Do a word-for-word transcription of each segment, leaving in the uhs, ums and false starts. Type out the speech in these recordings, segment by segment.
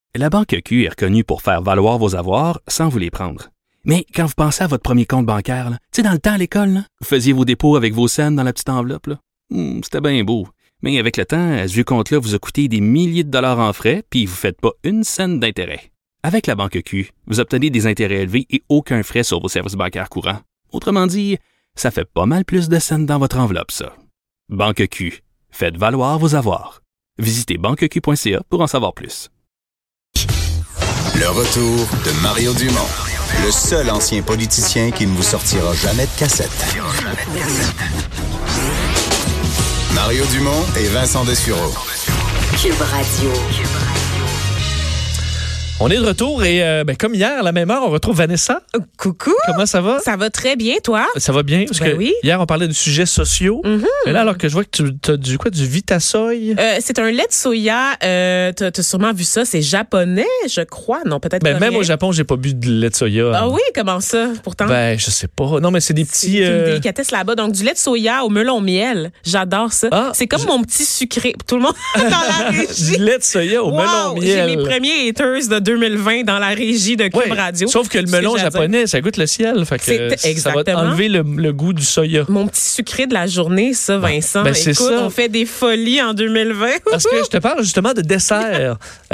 La Banque Q est reconnue pour faire valoir vos avoirs sans vous les prendre. Mais quand vous pensez à votre premier compte bancaire, tu sais, dans le temps à l'école, là, vous faisiez vos dépôts avec vos scènes dans la petite enveloppe. Là. Hum, c'était bien beau. Mais avec le temps, ce vieux compte-là vous a coûté des milliers de dollars en frais, puis vous ne faites pas une scène d'intérêt. Avec la Banque Q, vous obtenez des intérêts élevés et aucun frais sur vos services bancaires courants. Autrement dit, ça fait pas mal plus de scènes dans votre enveloppe, ça. Banque Q. Faites valoir vos avoirs. Visitez banque q point c a pour en savoir plus. Le retour de Mario Dumont, le seul ancien politicien qui ne vous sortira jamais de cassette. Mario Dumont et Vincent Dessureau. Cube Radio. On est de retour et euh, ben, comme hier, à la même heure, on retrouve Vanessa. Coucou! Comment ça va? Ça va très bien, toi? Ça va bien, parce ben que oui. hier, on parlait de sujets sociaux. Mm-hmm. Mais là, alors que je vois que tu as du quoi, du Vitasoy? Euh, c'est un lait de soya. Euh, tu as sûrement vu ça. C'est japonais, je crois. Non, peut-être ben, coréen. Même au Japon, j'ai pas bu de lait de soya. Ah oui? Comment ça, pourtant? Ben, je sais pas. Non, mais c'est des petits... C'est euh... une délicatesse là-bas. Donc, du lait de soya au melon miel. J'adore ça. Ah, c'est comme je... mon petit sucré. Tout le monde dans la régie. Du lait de soya au wow, melon miel. J'ai mes premiers haters de deux mille vingt dans la régie de Cube ouais, Radio. Sauf que le melon japonais, ça goûte le ciel. Fait que ça va enlever le, le goût du soya. Mon petit sucré de la journée, ça, Vincent. Ben, c'est Écoute, ça. on fait des folies en deux mille vingt. Parce que je te parle justement de dessert.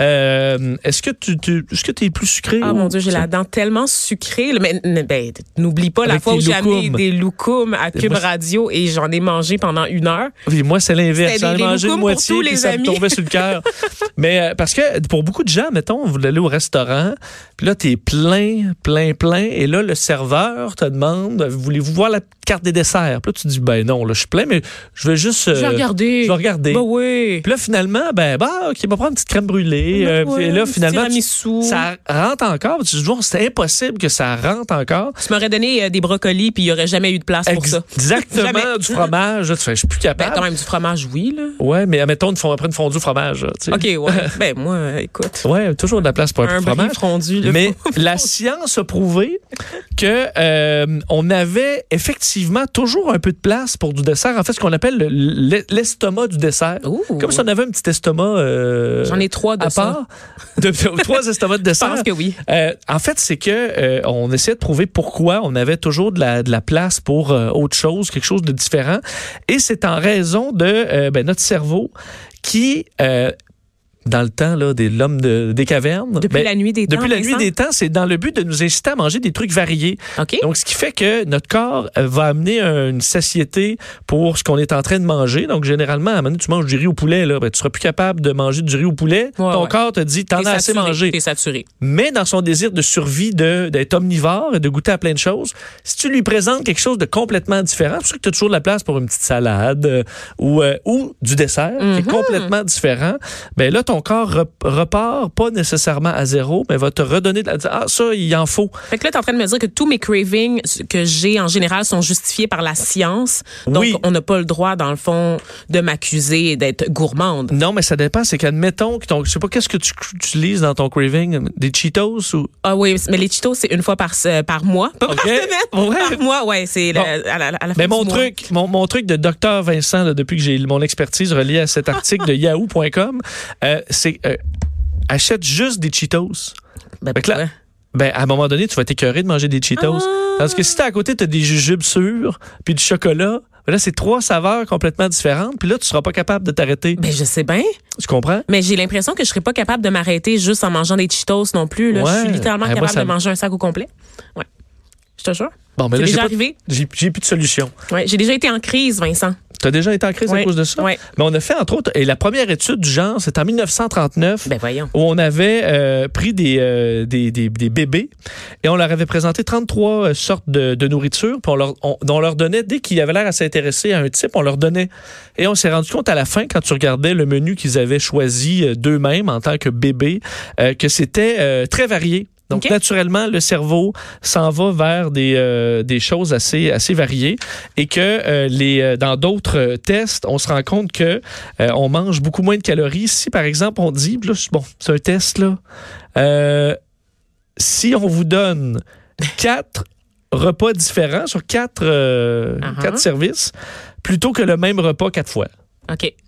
euh, est-ce que tu, tu est-ce que tu es plus sucré? Ah, ou... mon Dieu, j'ai la dent tellement sucrée. Mais ben, n'oublie pas Avec la fois où j'ai amené des loukoums à Cube moi, Radio et j'en ai mangé pendant une heure. Oui, moi, c'est l'inverse. J'en ai mangé une moitié et puis ça amis. me tombait sur le cœur. Mais euh, parce que pour beaucoup de gens, mettons, vous allez au restaurant, puis là, t'es plein, plein, plein. Et là, le serveur te demande, voulez-vous voir la carte des desserts? Puis là, tu dis, ben non, là, je suis plein, mais je vais juste... Euh, je vais regarder. Je vais regarder. Ben oui. Puis là, finalement, ben, bah, OK, on va prendre une petite crème brûlée. Ben, euh, ouais, et là, finalement, tu, ça rentre encore. Tu te dis, c'est impossible que ça rentre encore. Tu m'aurais donné euh, des brocolis, puis il n'y aurait jamais eu de place pour Ex- ça. Exactement, du fromage. Là, tu fais, je suis plus capable. Ben, quand même, du fromage, oui, là. Ouais, mais admettons, une, après une fondue au fromage. Là, OK, ouais. ben, moi, écoute. Ouais, toujours de la place pour un, un peu de fromage. Fondu, là. Mais la science a prouvé que euh, on avait effectivement toujours un peu de place pour du dessert. En fait, ce qu'on appelle le, l'estomac du dessert. Ouh. Comme si on avait un petit estomac. Euh, J'en ai trois de à part. De, trois estomacs de dessert. Je pense que oui. Euh, en fait, c'est que euh, on essayait de prouver pourquoi on avait toujours de la, de la place pour euh, autre chose, quelque chose de différent. Et c'est en raison de euh, ben, notre cerveau qui euh, dans le temps là, de l'homme de, des cavernes. Depuis ben, la nuit des depuis temps. Depuis la nuit des temps, c'est dans le but de nous inciter à manger des trucs variés. Okay. Donc, ce qui fait que notre corps va amener une satiété pour ce qu'on est en train de manger. Donc, généralement, à un moment donné, tu manges du riz au poulet, là, ben, tu seras plus capable de manger du riz au poulet. Ouais, Ton ouais. corps te dit, t'en T'es as saturé, assez mangé. T'es saturé. Mais dans son désir de survie, de, d'être omnivore et de goûter à plein de choses, si tu lui présentes quelque chose de complètement différent, c'est pour ça que tu as toujours de la place pour une petite salade euh, ou, euh, ou du dessert mm-hmm. qui est complètement différent, ben là, ton corps rep- repart pas nécessairement à zéro, mais va te redonner de la... Ah, ça, il en faut. Fait que là, t'es en train de me dire que tous mes cravings que j'ai en général sont justifiés par la science. Donc, oui. on n'a pas le droit, dans le fond, de m'accuser d'être gourmande. Non, mais ça dépend. C'est qu'admettons que ton... Je sais pas, qu'est-ce que tu utilises dans ton craving? Des Cheetos ou... Ah oui, mais les Cheetos, c'est une fois par, euh, par mois. Pas okay. par semaine. Ouais. Par mois, ouais, c'est bon. la, à la, à la fin mais du mon mois. truc, mon, mon truc de docteur Vincent, là, depuis que j'ai mon expertise reliée à cet article de yahoo point com, euh, c'est... Euh, achète juste des Cheetos. Ben, là, ben, à un moment donné, tu vas t'écœurer de manger des Cheetos. Ah. Parce que si t'es à côté, t'as des jujubes sûrs, puis du chocolat, ben là, c'est trois saveurs complètement différentes, puis là, tu seras pas capable de t'arrêter. Ben, je sais bien. Tu comprends? Mais j'ai l'impression que je serais pas capable de m'arrêter juste en mangeant des Cheetos non plus. Là. Ouais. Je suis littéralement ben, capable moi, ça... de manger un sac au complet. Ouais. Je te jure. Bon, mais c'est là, déjà j'ai arrivé. Pas... J'ai, j'ai plus de solution. Ouais, j'ai déjà été en crise, Vincent. Tu as déjà été en crise ouais. à cause de ça? Oui. Mais on a fait, entre autres, et la première étude du genre, c'est en dix-neuf cent trente-neuf, ben voyons. où on avait euh, pris des, euh, des, des, des bébés et on leur avait présenté trente-trois sortes de, de nourriture, puis on leur, on, on leur donnait, dès qu'ils avaient l'air à s'intéresser à un type, on leur donnait. Et on s'est rendu compte à la fin, quand tu regardais le menu qu'ils avaient choisi d'eux-mêmes en tant que bébés, euh, que c'était euh, très varié. Donc, okay. naturellement, le cerveau s'en va vers des, euh, des choses assez, assez variées et que euh, les, euh, dans d'autres tests, on se rend compte que euh, on mange beaucoup moins de calories. Si, par exemple, on dit, là, bon, c'est un test, là, euh, si on vous donne quatre repas différents sur quatre, euh, uh-huh. quatre services, plutôt que le même repas quatre fois. OK.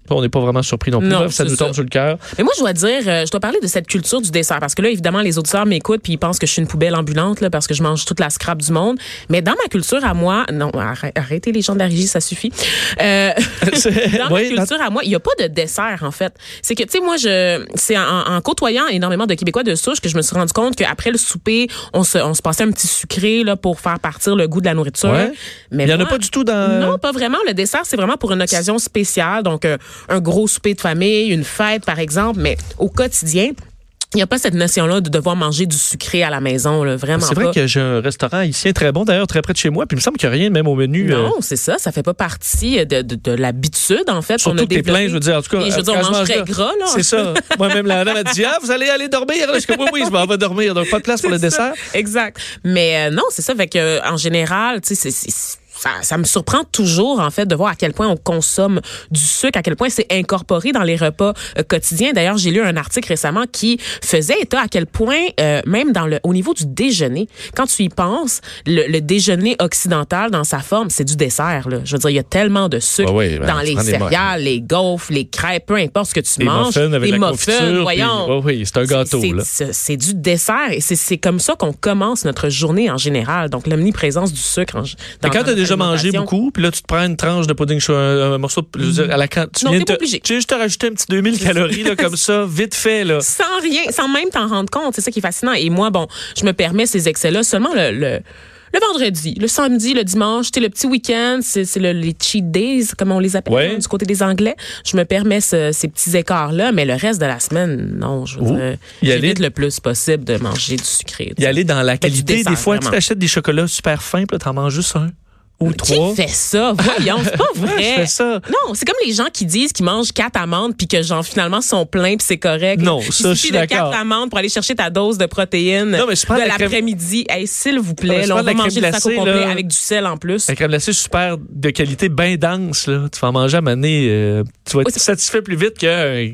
On n'est pas vraiment surpris non plus. Non, Bref, ça nous tombe ça. sur le cœur. Mais moi, je dois dire, euh, je dois parler de cette culture du dessert parce que là, évidemment, les auditeurs m'écoutent puis ils pensent que je suis une poubelle ambulante là, parce que je mange toute la scrap du monde. Mais dans ma culture à moi, non, arrêtez les gens de la régie, ça suffit. Euh, dans oui, ma culture dans... à moi, il n'y a pas de dessert en fait. C'est que, tu sais, moi, je, c'est en, en côtoyant énormément de Québécois de souche que je me suis rendu compte qu'après le souper, on se, on se passait un petit sucré là pour faire partir le goût de la nourriture. Ouais. Mais il n'y en a pas du tout dans. Non, pas vraiment. Le dessert, c'est vraiment pour une occasion spéciale, donc euh, un gros souper de famille, une fête, par exemple, mais au quotidien, il n'y a pas cette notion-là de devoir manger du sucré à la maison, là, vraiment C'est vrai pas. que j'ai un restaurant ici très bon, d'ailleurs, très près de chez moi, puis il me semble qu'il n'y a rien même au menu. Non, euh... c'est ça, ça fait pas partie de, de, de l'habitude, en fait. Surtout on a que t'es plein, je veux dire, en tout cas. Et je veux dire, on mange très gras, là. C'est ça. Moi-même, la dame a dit, ah, vous allez aller dormir, là. Je suis comme, oui, oui, je m'en vais dormir, donc pas de place pour le dessert. Exact. Mais euh, non, c'est ça, fait que, euh, en général, tu sais, c'est... c'est Ça, ça me surprend toujours, en fait, de voir à quel point on consomme du sucre, à quel point c'est incorporé dans les repas euh, quotidiens. D'ailleurs, j'ai lu un article récemment qui faisait état à quel point, euh, même dans le, au niveau du déjeuner, quand tu y penses, le, le déjeuner occidental, dans sa forme, c'est du dessert, là. Je veux dire, il y a tellement de sucre ouais, oui, ben, dans les céréales, les gaufres, les crêpes, peu importe ce que tu les manges. Muffins avec les la muffins, confiture, voyons. Puis, oh oui, c'est un gâteau, c'est, là. C'est, c'est du dessert et c'est, c'est comme ça qu'on commence notre journée en général. Donc, l'omniprésence du sucre en, dans, quand tu as déjà mangé beaucoup, puis là, tu te prends une tranche de pudding, un, un morceau de, je veux dire, à la can... tu non, viens t'es te, pas obligé. Tu sais, juste te rajouter un petit deux mille calories, là, comme ça, vite fait, là. Sans rien, sans même t'en rendre compte. C'est ça qui est fascinant. Et moi, bon, je me permets ces excès-là seulement le, le, le vendredi, le samedi, le dimanche, tu sais, le petit week-end, c'est, c'est le, les cheat days, comme on les appelle, ouais. hein, du côté des Anglais. Je me permets ce, ces petits écarts-là, mais le reste de la semaine, non, je veux Ouh. dire, y j'évite aller... le plus possible de manger du sucré. Y aller dans la qualité. dessert, des fois, vraiment. Tu t'achètes des chocolats super fins, puis là, t'en manges juste un. Ou trois. Qui fait ça? Voyons, c'est pas vrai. Ouais, je fais ça. Non, c'est comme les gens qui disent qu'ils mangent quatre amandes puis que genre finalement sont pleins puis c'est correct. Non, Il ça, je suffit suis de d'accord. quatre amandes pour aller chercher ta dose de protéines non, mais je prends de la l'après-midi. Crème... Hey, s'il vous plaît, non, là, on va manger le sac au complet là, avec du sel en plus. La crème glacée super de qualité, bien dense. Là. Tu vas en manger à maner. Euh, tu vas être oui, satisfait plus vite que... Euh,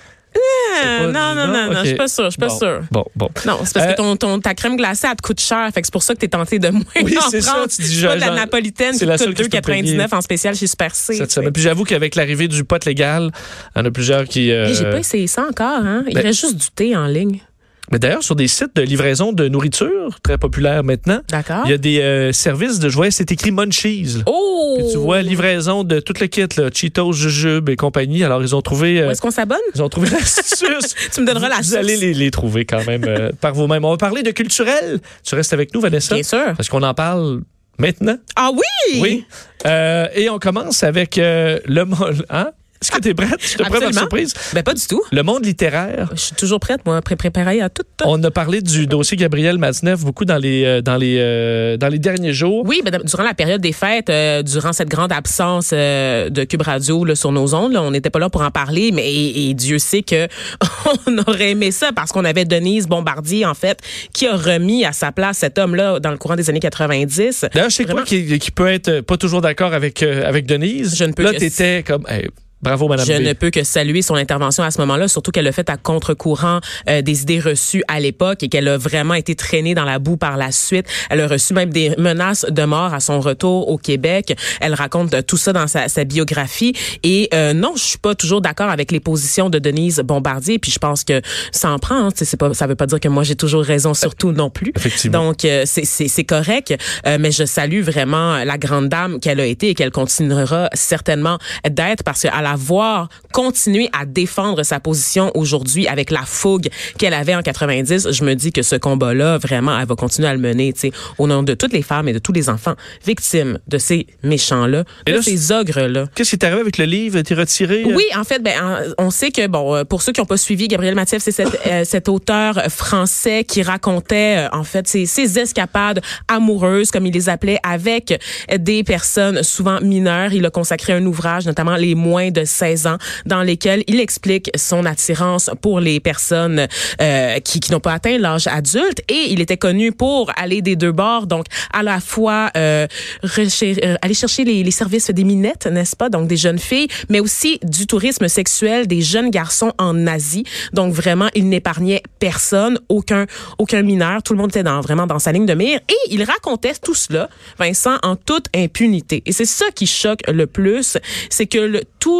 Ah, non, non, non, non, je suis pas sûre, je suis pas bon, sûre. Bon, bon. Non, c'est parce euh, que ton, ton, ta crème glacée, elle te coûte cher, fait que c'est pour ça que t'es tenté de moins oui, en c'est prendre. Ça, tu dis, c'est pas de la napolitaine qui coûte deux quatre-vingt-dix-neuf en spécial chez Super C. Cette semaine. Puis j'avoue qu'avec l'arrivée du pot légal, il y en a plusieurs qui... Euh... Hey, j'ai pas essayé ça encore, hein. Il ben, reste juste du thé en ligne. Mais d'ailleurs, sur des sites de livraison de nourriture, très populaires maintenant, D'accord. il y a des euh, services de, je vois, c'est écrit Munchies. Là. Oh! Puis tu vois, livraison de tout le kit, là, Cheetos, Jujubes et compagnie. Alors, ils ont trouvé... Euh, Où est-ce qu'on s'abonne? Ils ont trouvé l'astuce. Tu me donneras la Vous source. allez les, les trouver quand même euh, par vous-même. On va parler de culturel. Tu restes avec nous, Vanessa? Bien sûr. Parce qu'on en parle maintenant. Ah oui? Oui. Euh, et on commence avec euh, le... Hein? Est-ce que tu es prête? Je te prépare une surprise. Ben, pas du tout. Le monde littéraire. Je suis toujours prête, moi, pré- préparée à tout. On a parlé du dossier Gabriel Matzneff beaucoup dans les, euh, dans les, euh, dans les derniers jours. Oui, ben, durant la période des fêtes, euh, durant cette grande absence euh, de Cube Radio là, sur nos ondes, là, on n'était pas là pour en parler, mais et, et Dieu sait que on aurait aimé ça parce qu'on avait Denise Bombardier, en fait, qui a remis à sa place cet homme-là dans le courant des années quatre-vingt-dix. D'ailleurs, je sais quoi qui, qui peut être pas toujours d'accord avec, euh, avec Denise. Je ne peux là, que... t'étais comme... Hey, bravo, Madame Je B. ne peux que saluer son intervention à ce moment-là, surtout qu'elle l'a fait à contre-courant euh, des idées reçues à l'époque et qu'elle a vraiment été traînée dans la boue par la suite. Elle a reçu même des menaces de mort à son retour au Québec. Elle raconte euh, tout ça dans sa, sa biographie. Et euh, non, je suis pas toujours d'accord avec les positions de Denise Bombardier. Puis je pense que ça en prend. Hein, c'est pas, ça veut pas dire que moi j'ai toujours raison sur tout non plus. Effectivement. Donc euh, c'est, c'est, c'est correct. Euh, mais je salue vraiment la grande dame qu'elle a été et qu'elle continuera certainement d'être parce qu'à la voir continuer à défendre sa position aujourd'hui avec la fougue qu'elle avait en quatre-vingt-dix, je me dis que ce combat-là, vraiment, elle va continuer à le mener, tu sais, au nom de toutes les femmes et de tous les enfants victimes de ces méchants-là, de là, ces ogres-là. Qu'est-ce qui est arrivé avec le livre? T'es retiré? Oui, en fait, ben, on sait que, bon, pour ceux qui n'ont pas suivi, Gabriel Matzneff, c'est cet, euh, cet auteur français qui racontait, en fait, ses, ses escapades amoureuses, comme il les appelait, avec des personnes souvent mineures. Il a consacré un ouvrage, notamment Les moins de seize ans, dans lesquels il explique son attirance pour les personnes euh, qui, qui n'ont pas atteint l'âge adulte. Et il était connu pour aller des deux bords, donc à la fois euh, recher- euh, aller chercher les, les services des minettes, n'est-ce pas, donc des jeunes filles, mais aussi du tourisme sexuel des jeunes garçons en Asie. Donc vraiment, il n'épargnait personne, aucun aucun mineur. Tout le monde était dans, vraiment dans sa ligne de mire. Et il racontait tout cela, Vincent, en toute impunité. Et c'est ça qui choque le plus, c'est que le, tout le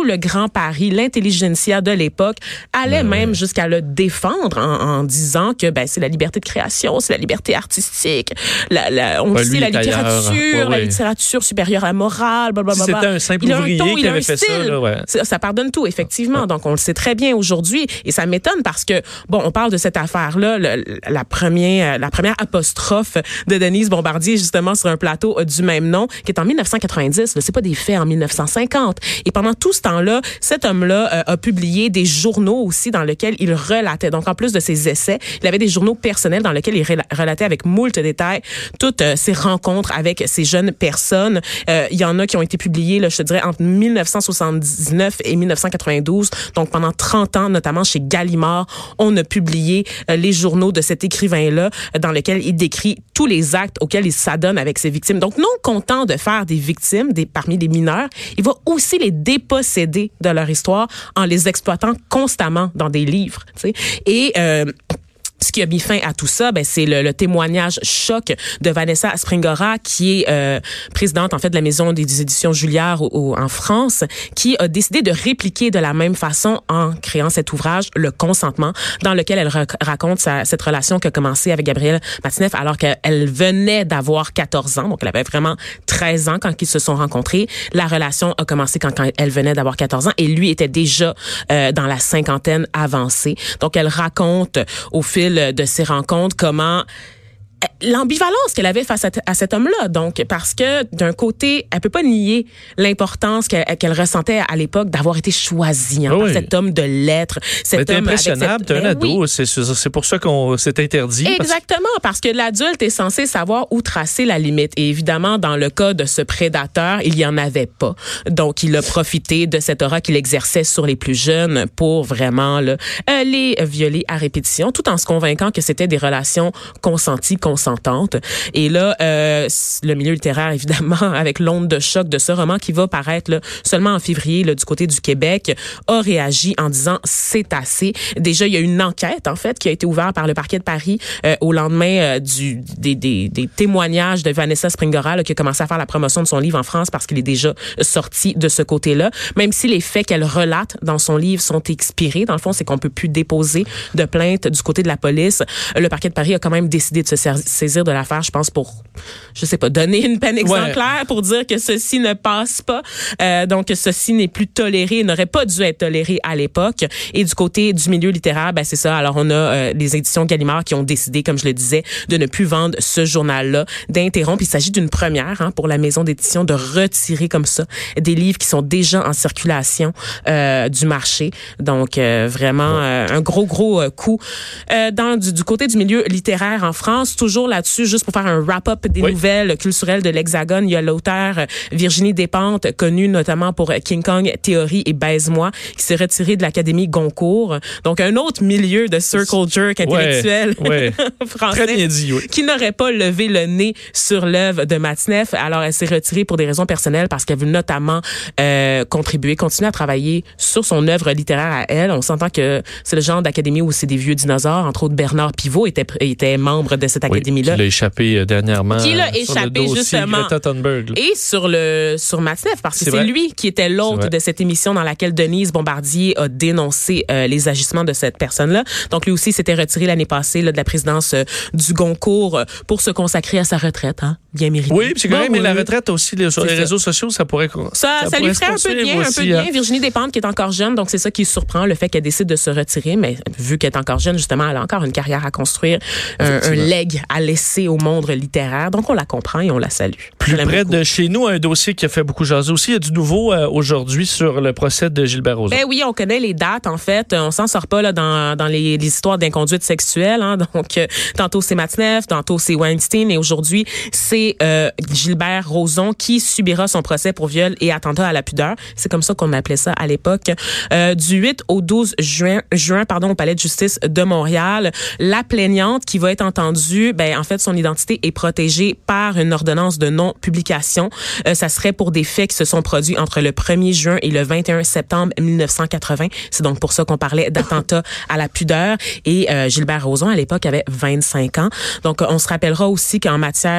le Grand Paris, l'intelligentsia de l'époque, allait ouais. même jusqu'à le défendre en, en disant que ben c'est la liberté de création, c'est la liberté artistique, la, la, on ben, sait lui, la ouais, littérature, ouais. la littérature supérieure à la morale, blablabla. Si c'était un simple il a ouvrier un ton, qui il a avait un fait style. ça, là, ouais. ça, ça pardonne tout, effectivement. Ouais. Donc on le sait très bien aujourd'hui, et ça m'étonne parce que bon, on parle de cette affaire-là, le, la première, la première apostrophe de Denise Bombardier justement sur un plateau du même nom, qui est en dix-neuf cent quatre-vingt-dix. Là, c'est pas des faits en dix-neuf cent cinquante. Et pendant tout ce temps-là, cet homme-là euh, a publié des journaux aussi dans lesquels il relatait. Donc en plus de ses essais, il avait des journaux personnels dans lesquels il relatait avec moult détails toutes euh, ses rencontres avec ces jeunes personnes. Euh, il y en a qui ont été publiés, là, je te dirais, entre dix-neuf cent soixante-dix-neuf et dix-neuf cent quatre-vingt-douze. Donc pendant trente ans, notamment chez Gallimard, on a publié euh, les journaux de cet écrivain-là euh, dans lesquels il décrit tous les actes auxquels il s'adonne avec ses victimes. Donc non content de faire des victimes des, parmi les mineurs, il va aussi les déposséder de leur histoire en les exploitant constamment dans des livres. Tu sais. Et euh, ce qui a mis fin à tout ça, ben c'est le, le témoignage choc de Vanessa Springora, qui est euh, présidente en fait de la maison des éditions Julliard au, au, en France, qui a décidé de répliquer de la même façon en créant cet ouvrage, Le Consentement, dans lequel elle ra- raconte sa, cette relation qui a commencé avec Gabriel Matineff alors qu'elle venait d'avoir quatorze ans, donc elle avait vraiment treize ans quand ils se sont rencontrés. La relation a commencé quand, quand elle venait d'avoir quatorze ans et lui était déjà euh, dans la cinquantaine avancée. Donc elle raconte au fil de ces rencontres comment l'ambivalence qu'elle avait face à, t- à cet homme-là. Donc, parce que d'un côté, elle peut pas nier l'importance qu'elle, qu'elle ressentait à l'époque d'avoir été choisie hein, oui. par cet homme de lettres. Cet c'est homme impressionnable, t'es un ben, ado, oui. c'est, c'est pour ça qu'on c'est interdit. Exactement, parce que... parce que l'adulte est censé savoir où tracer la limite. Et évidemment, dans le cas de ce prédateur, il y en avait pas. Donc, il a profité de cette aura qu'il exerçait sur les plus jeunes pour vraiment là, euh, les violer à répétition, tout en se convainquant que c'était des relations consenties, consentantes. Et là, euh, le milieu littéraire, évidemment, avec l'onde de choc de ce roman qui va paraître là, seulement en février là, du côté du Québec, a réagi en disant « c'est assez ». Déjà, il y a une enquête, en fait, qui a été ouverte par le parquet de Paris euh, au lendemain euh, du, des, des, des témoignages de Vanessa Springora, là, qui a commencé à faire la promotion de son livre en France parce qu'il est déjà sorti de ce côté-là. Même si les faits qu'elle relate dans son livre sont expirés, dans le fond, c'est qu'on peut plus déposer de plainte du côté de la police. Le parquet de Paris a quand même décidé de se saisir de l'affaire, je pense, pour, je sais pas, donner une peine exemplaire ouais. pour dire que ceci ne passe pas. Euh, donc, ceci n'est plus toléré, n'aurait pas dû être toléré à l'époque. Et du côté du milieu littéraire, ben c'est ça. Alors, on a euh, les éditions Gallimard qui ont décidé, comme je le disais, de ne plus vendre ce journal-là, d'interrompre. Il s'agit d'une première hein, pour la maison d'édition de retirer comme ça des livres qui sont déjà en circulation euh, du marché. Donc, euh, vraiment, euh, un gros, gros euh, coup. Euh, dans du, du côté du milieu littéraire en France, toujours là-dessus, juste pour faire un wrap-up des oui. nouvelles culturelles de l'Hexagone, il y a l'auteur Virginie Despentes, connue notamment pour King Kong Theory et Baise-moi, qui s'est retirée de l'Académie Goncourt. Donc, un autre milieu de circle jerk intellectuel ouais, ouais. français Très bien dit, oui. qui n'aurait pas levé le nez sur l'œuvre de Matineff. Alors, elle s'est retirée pour des raisons personnelles parce qu'elle veut notamment euh, contribuer, continuer à travailler sur son œuvre littéraire à elle. On s'entend que c'est le genre d'académie où c'est des vieux dinosaures. Entre autres, Bernard Pivot était, était membre de cette académie-là. Oui, qui l'a échappé dernièrement. Qui l'a échappé, justement. Et sur le sur Matineff, parce que c'est, c'est lui qui était l'hôte de cette émission dans laquelle Denise Bombardier a dénoncé euh, les agissements de cette personne-là. Donc, lui aussi s'était retiré l'année passée là, de la présidence euh, du Goncourt euh, pour se consacrer à sa retraite, hein, bien méritée. Oui, c'est quand bon, même, oui. mais la retraite aussi, les, sur c'est les ça. réseaux sociaux, ça pourrait... Ça, ça, ça lui ferait un peu bien, aussi, un peu bien. Hein. Virginie Despentes, qui est encore jeune, donc c'est ça qui surprend, le fait qu'elle décide de se retirer, mais vu qu'elle est encore jeune, justement, elle a encore une carrière à construire, un, un leg à laisser au monde littéraire. Donc, on la comprend et on la salue. Plus près beaucoup. De chez nous, un dossier qui a fait beaucoup jaser aussi. Il y a du nouveau euh, aujourd'hui sur le procès de Gilbert Rozon. Ben oui, on connaît les dates, en fait. On s'en sort pas là dans, dans les, les histoires d'inconduite sexuelle. Hein. Donc, euh, tantôt c'est Matineff, tantôt c'est Weinstein et aujourd'hui, c'est euh, Gilbert Rozon qui subira son procès pour viol et attentat à la pudeur. C'est comme ça qu'on appelait ça à l'époque. Euh, du huit au douze juin, juin pardon, au Palais de justice de Montréal, la plaignante qui va être entendue, ben en fait, son identité est protégée par une ordonnance de non-publication. Euh, ça serait pour des faits qui se sont produits entre le premier juin et le vingt et un septembre mille neuf cent quatre-vingts. C'est donc pour ça qu'on parlait d'attentat à la pudeur. Et euh, Gilbert Rozon, à l'époque, avait vingt-cinq ans. Donc, on se rappellera aussi qu'en matière civile,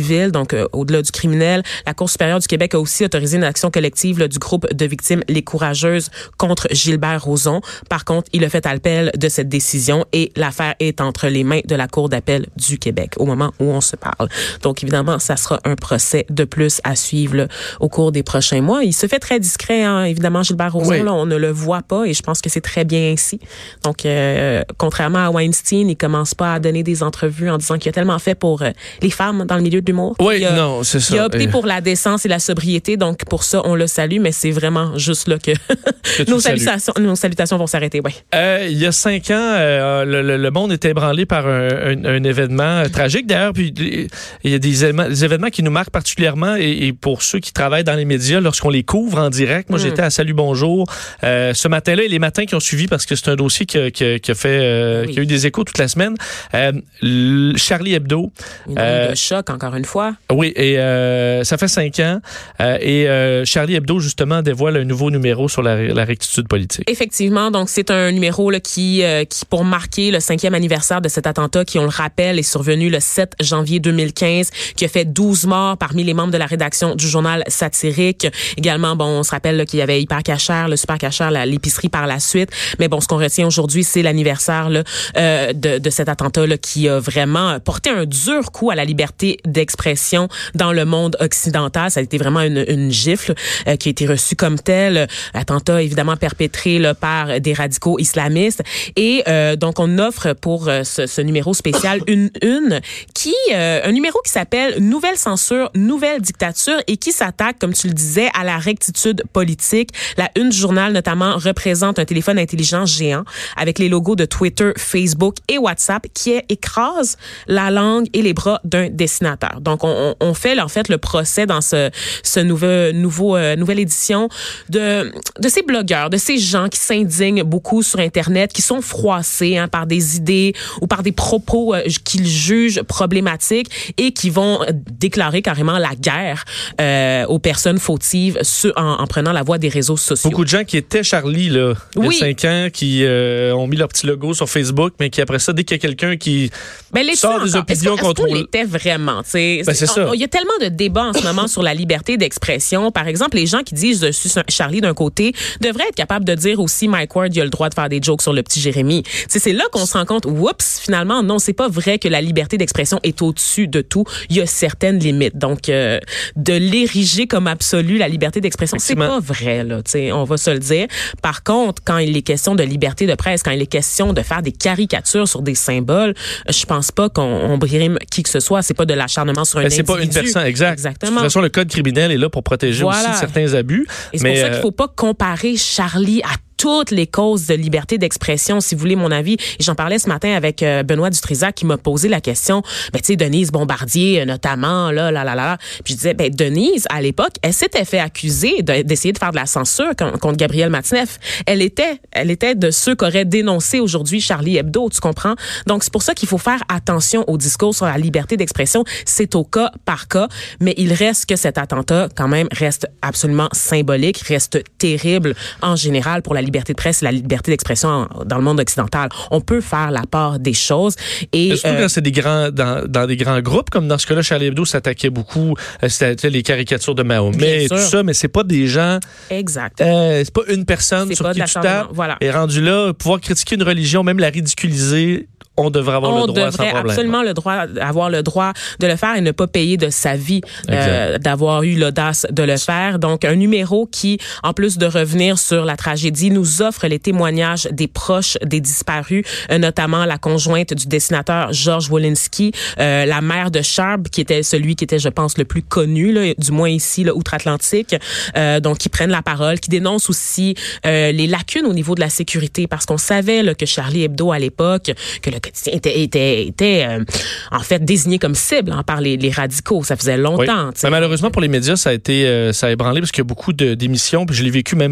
civil, donc euh, au-delà du criminel. La Cour supérieure du Québec a aussi autorisé une action collective là, du groupe de victimes Les Courageuses contre Gilbert Rozon. Par contre, il a fait appel de cette décision et l'affaire est entre les mains de la Cour d'appel du Québec au moment où on se parle. Donc, évidemment, ça sera un procès de plus à suivre là, au cours des prochains mois. Il se fait très discret, hein, évidemment, Gilbert Rozon, oui. là, on ne le voit pas et je pense que c'est très bien ainsi. Donc, euh, contrairement à Weinstein, il commence pas à donner des entrevues en disant qu'il a tellement fait pour euh, les femmes dans le milieu de l'humour. Oui, il a, non, c'est ça. Il a opté pour la décence et la sobriété, donc pour ça, on le salue, mais c'est vraiment juste là que, que nos, salutations, nos salutations vont s'arrêter. Oui. Euh, il y a cinq ans, euh, le, le, le monde était ébranlé par un, un, un événement tragique. D'ailleurs, puis il y a des événements, des événements qui nous marquent particulièrement et, et pour ceux qui travaillent dans les médias, lorsqu'on les couvre en direct. Moi, mm. j'étais à Salut Bonjour euh, ce matin-là et les matins qui ont suivi parce que c'est un dossier qui a, qui a, qui a fait, euh, oui. qui a eu des échos toute la semaine. Euh, Charlie Hebdo. Une euh, de choc, encore une fois. Oui, et euh, ça fait cinq ans. Euh, et euh, Charlie Hebdo, justement, dévoile un nouveau numéro sur la, la rectitude politique. Effectivement, donc c'est un numéro là, qui, euh, qui, pour marquer le cinquième anniversaire de cet attentat qui, on le rappelle, est survenu le sept janvier deux mille quinze, qui a fait douze morts parmi les membres de la rédaction du journal satirique. Également, bon, on se rappelle là, qu'il y avait Hyper Cacher, le Super Cacher, la, l'épicerie par la suite. Mais bon, ce qu'on retient aujourd'hui, c'est l'anniversaire là, euh, de, de cet attentat là, qui a vraiment porté un dur coup à la liberté d'expression dans le monde occidental. Ça a été vraiment une, une gifle euh, qui a été reçue comme telle. Attentat évidemment perpétré là, par des radicaux islamistes. Et euh, donc, on offre pour euh, ce, ce numéro spécial une une qui euh, un numéro qui s'appelle Nouvelle censure, nouvelle dictature et qui s'attaque, comme tu le disais, à la rectitude politique. La une du journal, notamment, représente un téléphone intelligent géant avec les logos de Twitter, Facebook et WhatsApp qui écrase la langue et les bras d'un dessinateur. Donc, on, on fait en fait le procès dans ce, ce nouveau, nouveau euh, nouvelle édition de, de ces blogueurs, de ces gens qui s'indignent beaucoup sur Internet, qui sont froissés hein, par des idées ou par des propos euh, qu'ils jugent problématiques et qui vont déclarer carrément la guerre euh, aux personnes fautives sur, en, en prenant la voie des réseaux sociaux. Beaucoup de gens qui étaient Charlie là, il y a oui. cinq ans, qui euh, ont mis leur petit logo sur Facebook, mais qui après ça, dès qu'il y a quelqu'un qui ben, sort des opinions contre eux. Est-ce qu'on l'était vraiment? Ben, c'est ça. Il y a tellement de débats en ce moment sur la liberté d'expression. Par exemple, les gens qui disent « je suis Charlie » d'un côté devraient être capables de dire aussi « Mike Ward, il a le droit de faire des jokes sur le petit Jérémy ». C'est là qu'on se rend compte, oups, finalement, non, c'est pas vrai que la liberté d'expression est au-dessus de tout. Il y a certaines limites. Donc, euh, de l'ériger comme absolue, la liberté d'expression, c'est pas vrai, là, on va se le dire. Par contre, quand il est question de liberté de presse, quand il est question de faire des caricatures sur des symboles, je pense pas qu'on on brime qui que ce soit. C'est pas de l'acharnement sur un individu. C'est pas une personne, exact. Exactement. De toute façon, le code criminel est là pour protéger voilà. aussi certains abus. Et c'est mais pour ça euh... qu'il faut pas comparer Charlie à toutes les causes de liberté d'expression, si vous voulez mon avis. Et j'en parlais ce matin avec euh, Benoît Dutrisac qui m'a posé la question. Ben tu sais, Denise Bombardier euh, notamment, là, là, là, là. Puis je disais, ben Denise, à l'époque, elle s'était fait accuser de, d'essayer de faire de la censure contre Gabriel Matzneff. Elle était, elle était de ceux qu'aurait dénoncé aujourd'hui Charlie Hebdo, tu comprends? Donc c'est pour ça qu'il faut faire attention au discours sur la liberté d'expression. C'est au cas par cas, mais il reste que cet attentat, quand même, reste absolument symbolique, reste terrible en général pour la liberté de presse et la liberté d'expression dans le monde occidental. On peut faire la part des choses. Et surtout euh, quand c'est des grands, dans, dans des grands groupes, comme dans ce cas-là, Charlie Hebdo s'attaquait beaucoup, euh, c'était les caricatures de Mahomet et tout ça, mais c'est pas des gens... Exact. Euh, c'est pas une personne c'est sur qui tu tapes. Voilà. Et rendu là, pouvoir critiquer une religion, même la ridiculiser, on devrait avoir on le droit sans problème. On devrait absolument le droit, avoir le droit de le faire et ne pas payer de sa vie euh, d'avoir eu l'audace de le faire. Donc, un numéro qui, en plus de revenir sur la tragédie, nous offre les témoignages des proches des disparus, euh, notamment la conjointe du dessinateur Georges Wolinski, euh, la mère de Sharp, qui était celui qui était, je pense, le plus connu, là, du moins ici, là, outre-Atlantique, euh, donc qui prennent la parole, qui dénoncent aussi euh, les lacunes au niveau de la sécurité, parce qu'on savait là, que Charlie Hebdo, à l'époque, que le était, était, était euh, en fait désigné comme cible hein, par les, les radicaux. Ça faisait longtemps. Oui. Mais malheureusement, pour les médias, ça a été euh, ça a ébranlé parce qu'il y a beaucoup de, d'émissions, puis je l'ai vécu même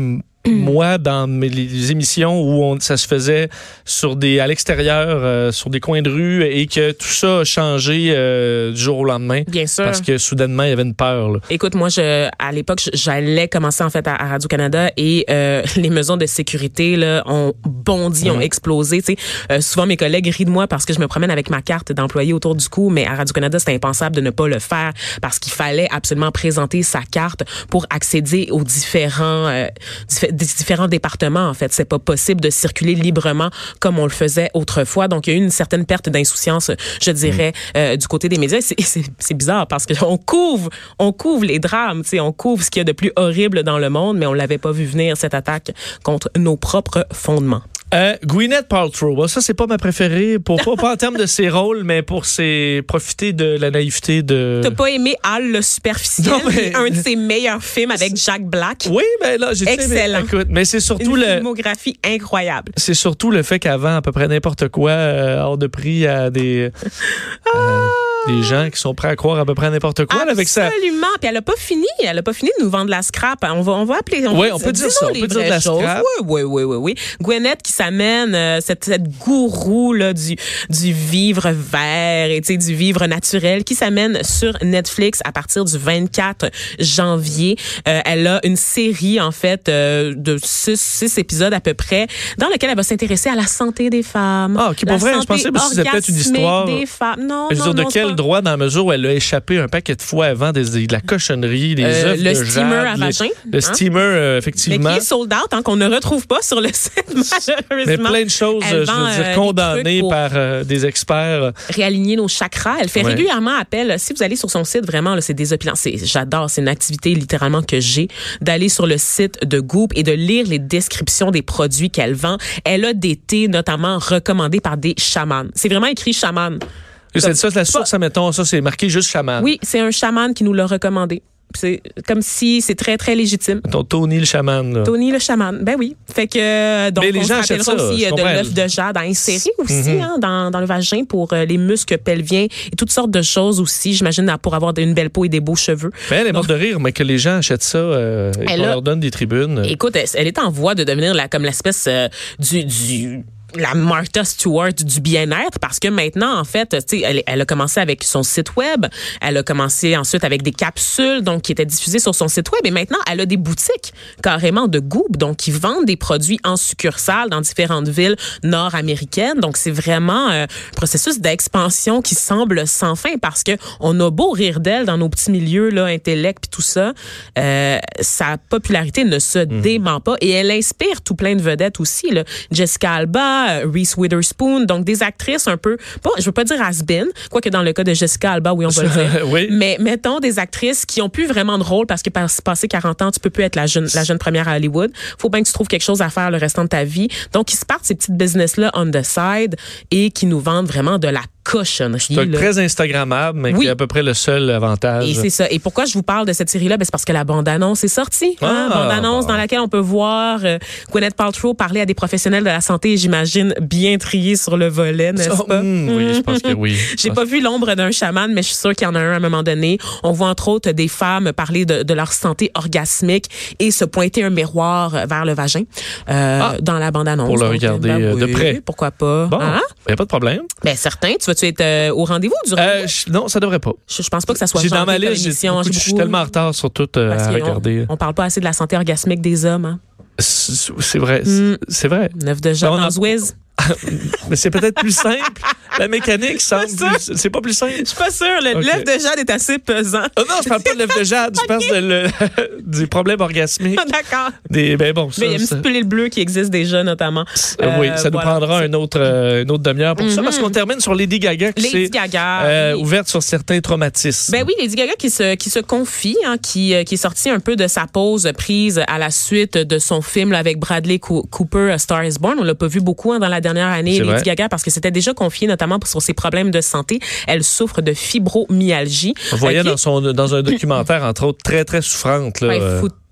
moi, dans mes, les émissions où on, ça se faisait sur des, à l'extérieur, euh, sur des coins de rue, et que tout ça a changé euh, du jour au lendemain. Bien sûr. Parce que soudainement, il y avait une peur. Là. Écoute, moi, je, à l'époque, j'allais commencer en fait à, à Radio-Canada et euh, les mesures de sécurité là ont bondi, mmh. ont explosé. Tu sais, euh, souvent mes collègues rient de moi parce que je me promène avec ma carte d'employé autour du cou, mais à Radio-Canada, c'était impensable de ne pas le faire parce qu'il fallait absolument présenter sa carte pour accéder aux différents euh, dif- des différents départements. En fait, c'est pas possible de circuler librement comme on le faisait autrefois. Donc, il y a eu une certaine perte d'insouciance, je dirais, mmh. euh, du côté des médias. C'est, c'est, c'est bizarre parce que on couvre, on couvre les drames, tu sais, on couvre ce qu'il y a de plus horrible dans le monde, mais on l'avait pas vu venir, cette attaque contre nos propres fondements. Euh, Gwyneth Paltrow, ça c'est pas ma préférée, pour, pas, pas en termes de ses rôles, mais pour ses profiter de la naïveté de... T'as pas aimé Al le superficiel, non, mais... un de ses meilleurs films avec Jack Black? Oui, ben là, j'ai excellent. Mais, écoute, mais c'est surtout une le... filmographie incroyable. C'est surtout le fait qu'avant à peu près n'importe quoi, euh, hors de prix à des... Ah! Euh, des gens qui sont prêts à croire à peu près n'importe quoi. Absolument. Avec ça. Absolument. Puis elle a pas fini. Elle a pas fini de nous vendre de la scrap. On va, on va appeler. Oui, on peut dire ça. On peut dire de la choses. scrap. Oui, oui, oui, oui, oui. Gwyneth qui s'amène euh, cette, cette gourou là du du vivre vert et tu sais du vivre naturel qui s'amène sur Netflix à partir du vingt-quatre janvier. Euh, elle a une série en fait euh, de six, six épisodes à peu près dans lequel elle va s'intéresser à la santé des femmes. Ah, ok, pour vrai, je pensais que c'était peut-être une histoire. Des femmes. Non, je veux non, dire, non, de quel droit dans la mesure où elle a échappé un paquet de fois avant des, des, de la cochonnerie, des euh, œufs le de steamer jade, à vagin. Le, le hein? steamer, euh, effectivement. Mais qui est sold out, hein, qu'on ne retrouve pas sur le site, malheureusement. Mais plein de choses, elle je vend, veux dire, euh, condamnées par euh, des experts. Réaligner nos chakras. Elle fait ouais. régulièrement appel. Si vous allez sur son site, vraiment, là, c'est désopilant. C'est, j'adore. C'est une activité littéralement que j'ai d'aller sur le site de Goop et de lire les descriptions des produits qu'elle vend. Elle a des thés, notamment recommandés par des chamans. C'est vraiment écrit chaman. C'est ça, c'est la source, mettons, ça, c'est marqué juste chaman. Oui, c'est un chaman qui nous l'a recommandé. C'est comme si c'est très, très légitime. Ton Tony le chaman. Là. Tony le chaman, ben oui. Fait que, donc, mais les on gens se rappellera ça, aussi de l'œuf de jade à insérer aussi mm-hmm. hein, dans, dans le vagin pour euh, les muscles pelviens et toutes sortes de choses aussi, j'imagine, pour avoir une belle peau et des beaux cheveux. Ben, elle est morte de rire, mais que les gens achètent ça euh, et qu'on a, leur donne des tribunes. Écoute, elle, elle est en voie de devenir la, comme l'espèce euh, du... du la Martha Stewart du bien-être parce que maintenant, en fait, tu sais, elle, elle a commencé avec son site web, elle a commencé ensuite avec des capsules donc qui étaient diffusées sur son site web et maintenant, elle a des boutiques carrément de Goop donc qui vendent des produits en succursale dans différentes villes nord-américaines. Donc, c'est vraiment euh, un processus d'expansion qui semble sans fin parce que on a beau rire d'elle dans nos petits milieux, là, intellect puis tout ça, euh, sa popularité ne se mmh. dément pas et elle inspire tout plein de vedettes aussi, là. Jessica Alba, Reese Witherspoon, donc des actrices un peu, bon, je veux pas dire has-been, quoique dans le cas de Jessica Alba, oui, on va le dire, oui. mais mettons des actrices qui ont plus vraiment de rôle parce que passé quarante ans, tu peux plus être la jeune, la jeune première à Hollywood. Faut bien que tu trouves quelque chose à faire le restant de ta vie. Donc, ils se partent ces petites business-là on the side et qui nous vendent vraiment de la cochonnerie. C'est très Instagrammable, mais oui. qui est à peu près le seul avantage. Et c'est ça. Et pourquoi je vous parle de cette série-là? Ben, c'est parce que la bande-annonce est sortie. Ah, hein? Bande-annonce bon. Dans laquelle on peut voir euh, Gwyneth Paltrow parler à des professionnels de la santé, j'imagine, bien triés sur le volet, n'est-ce oh, pas? Mm, oui, je pense que oui. J'ai pas vu l'ombre d'un chaman, mais je suis sûre qu'il y en a un à un moment donné. On voit entre autres des femmes parler de, de leur santé orgasmique et se pointer un miroir vers le vagin euh, ah, dans la bande-annonce. Pour le regarder ben, euh, oui, de près. Pourquoi pas? Bon, hein? Y a pas de problème. Ben certain. Tu vas-tu être euh, au rendez-vous du euh, je, Non, ça devrait pas. Je, je pense pas que ça soit j'ai dans ma liste. J'ai, j'ai je suis tellement en retard sur tout euh, à regarder. On, on parle pas assez de la santé orgasmique des hommes. Hein? C'est, c'est vrai. Mm. C'est vrai. Neuf de jade dans Zwiz. Mais c'est peut-être plus simple. La mécanique semble plus... C'est pas plus simple. Je suis pas sûre. Le okay. l'œuf de jade est assez pesant. Oh non, je parle pas de l'œuf de jade. Je parle de le, du problème orgasmique. D'accord. Des, ben bon, ça, mais il y a une petite pilule bleue qui existe déjà, notamment. Euh, oui, ça nous voilà. prendra un autre, euh, une autre demi-heure pour mm-hmm. ça, parce qu'on termine sur Lady Gaga, qui Lady s'est Gaga, euh, oui. ouverte sur certains traumatismes. Ben oui, Lady Gaga qui se, qui se confie, hein, qui, qui est sortie un peu de sa pause prise à la suite de son film là, avec Bradley Cooper, A Star is Born. On l'a pas vu beaucoup hein, dans la dernière année, Lady vrai. Gaga, parce que c'était déjà confié notamment sur ses problèmes de santé. Elle souffre de fibromyalgie. On voyait euh, dans, son, dans un documentaire, entre autres, très, très souffrante. Là, ouais, fou-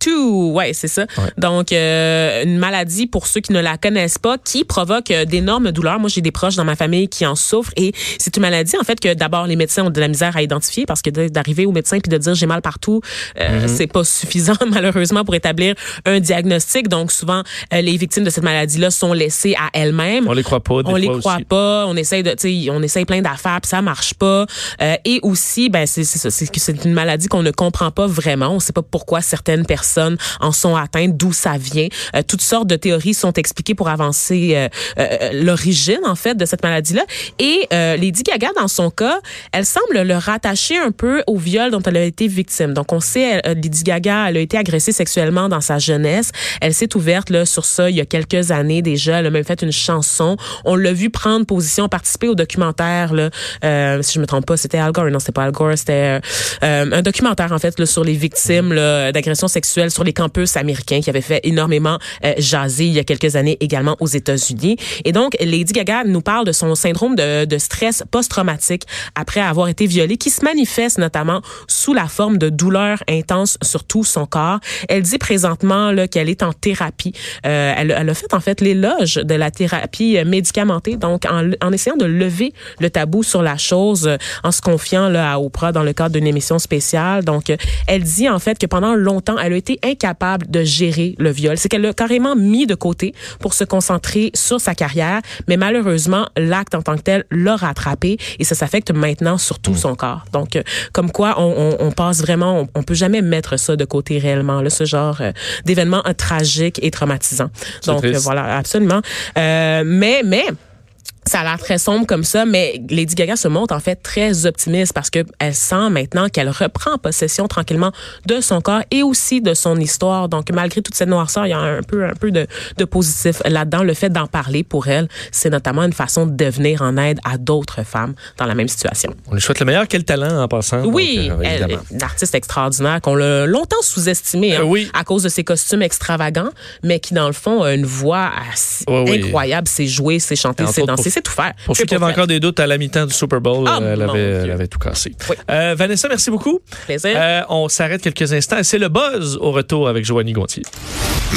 deux, ouais, c'est ça. Ouais. Donc, euh, une maladie, pour ceux qui ne la connaissent pas, qui provoque euh, d'énormes douleurs. Moi, j'ai des proches dans ma famille qui en souffrent et c'est une maladie, en fait, que d'abord, les médecins ont de la misère à identifier parce que d'arriver au médecin puis de dire j'ai mal partout, euh, mm-hmm. c'est pas suffisant, malheureusement, pour établir un diagnostic. Donc, souvent, euh, les victimes de cette maladie-là sont laissées à elles-mêmes. On les croit pas, des On les fois croit aussi. pas. On essaye de, tu sais, on essaye plein d'affaires puis ça marche pas. Euh, et aussi, ben, c'est, c'est ça, c'est que c'est une maladie qu'on ne comprend pas vraiment. On sait pas pourquoi certaines personnes en sont atteintes, d'où ça vient. Euh, toutes sortes de théories sont expliquées pour avancer euh, euh, l'origine, en fait, de cette maladie-là. Et euh, Lady Gaga, dans son cas, elle semble le rattacher un peu au viol dont elle a été victime. Donc, on sait, euh, Lady Gaga, elle a été agressée sexuellement dans sa jeunesse. Elle s'est ouverte là sur ça il y a quelques années déjà. Elle a même fait une chanson. On l'a vu prendre position, participer au documentaire. Là, euh, si je me trompe pas, c'était Al Gore. Non, c'était pas Al Gore. C'était euh, un documentaire, en fait, là, sur les victimes là, d'agressions sexuelles sur les campus américains qui avait fait énormément euh, jaser il y a quelques années également aux États-Unis. Et donc, Lady Gaga nous parle de son syndrome de, de stress post-traumatique après avoir été violée, qui se manifeste notamment sous la forme de douleurs intenses sur tout son corps. Elle dit présentement là, qu'elle est en thérapie. Euh, elle, elle a fait en fait l'éloge de la thérapie médicamentée, donc en, en essayant de lever le tabou sur la chose, euh, en se confiant là, à Oprah dans le cadre d'une émission spéciale. Donc, euh, elle dit en fait que pendant longtemps, elle a été incapable de gérer le viol. C'est qu'elle l'a carrément mis de côté pour se concentrer sur sa carrière, mais malheureusement, l'acte en tant que tel l'a rattrapé et ça s'affecte maintenant sur tout son corps. Donc, euh, comme quoi, on, on, on passe vraiment, on, on peut jamais mettre ça de côté réellement, là, ce genre euh, d'événement euh, tragique et traumatisant. Donc, euh, voilà, absolument. Euh, mais, mais... Ça a l'air très sombre comme ça, mais Lady Gaga se montre en fait très optimiste parce que elle sent maintenant qu'elle reprend possession tranquillement de son corps et aussi de son histoire. Donc malgré toute cette noirceur, il y a un peu un peu de, de positif là-dedans. Le fait d'en parler pour elle, c'est notamment une façon de devenir en aide à d'autres femmes dans la même situation. On lui souhaite le meilleur. Quel talent en passant. Oui, donc, euh, elle est une artiste extraordinaire qu'on l'a longtemps sous-estimée hein, euh, oui. à cause de ses costumes extravagants, mais qui dans le fond a une voix assez oui, oui. incroyable. C'est jouer, c'est chanter, c'est danser, c'est tout faire. Pour ceux qui avaient encore des doutes à la mi-temps du Super Bowl, oh, elle, avait, elle avait tout cassé. Oui. Euh, Vanessa, merci beaucoup. Plaisir. Euh, on s'arrête quelques instants. C'est le buzz au retour avec Joanie Gontier.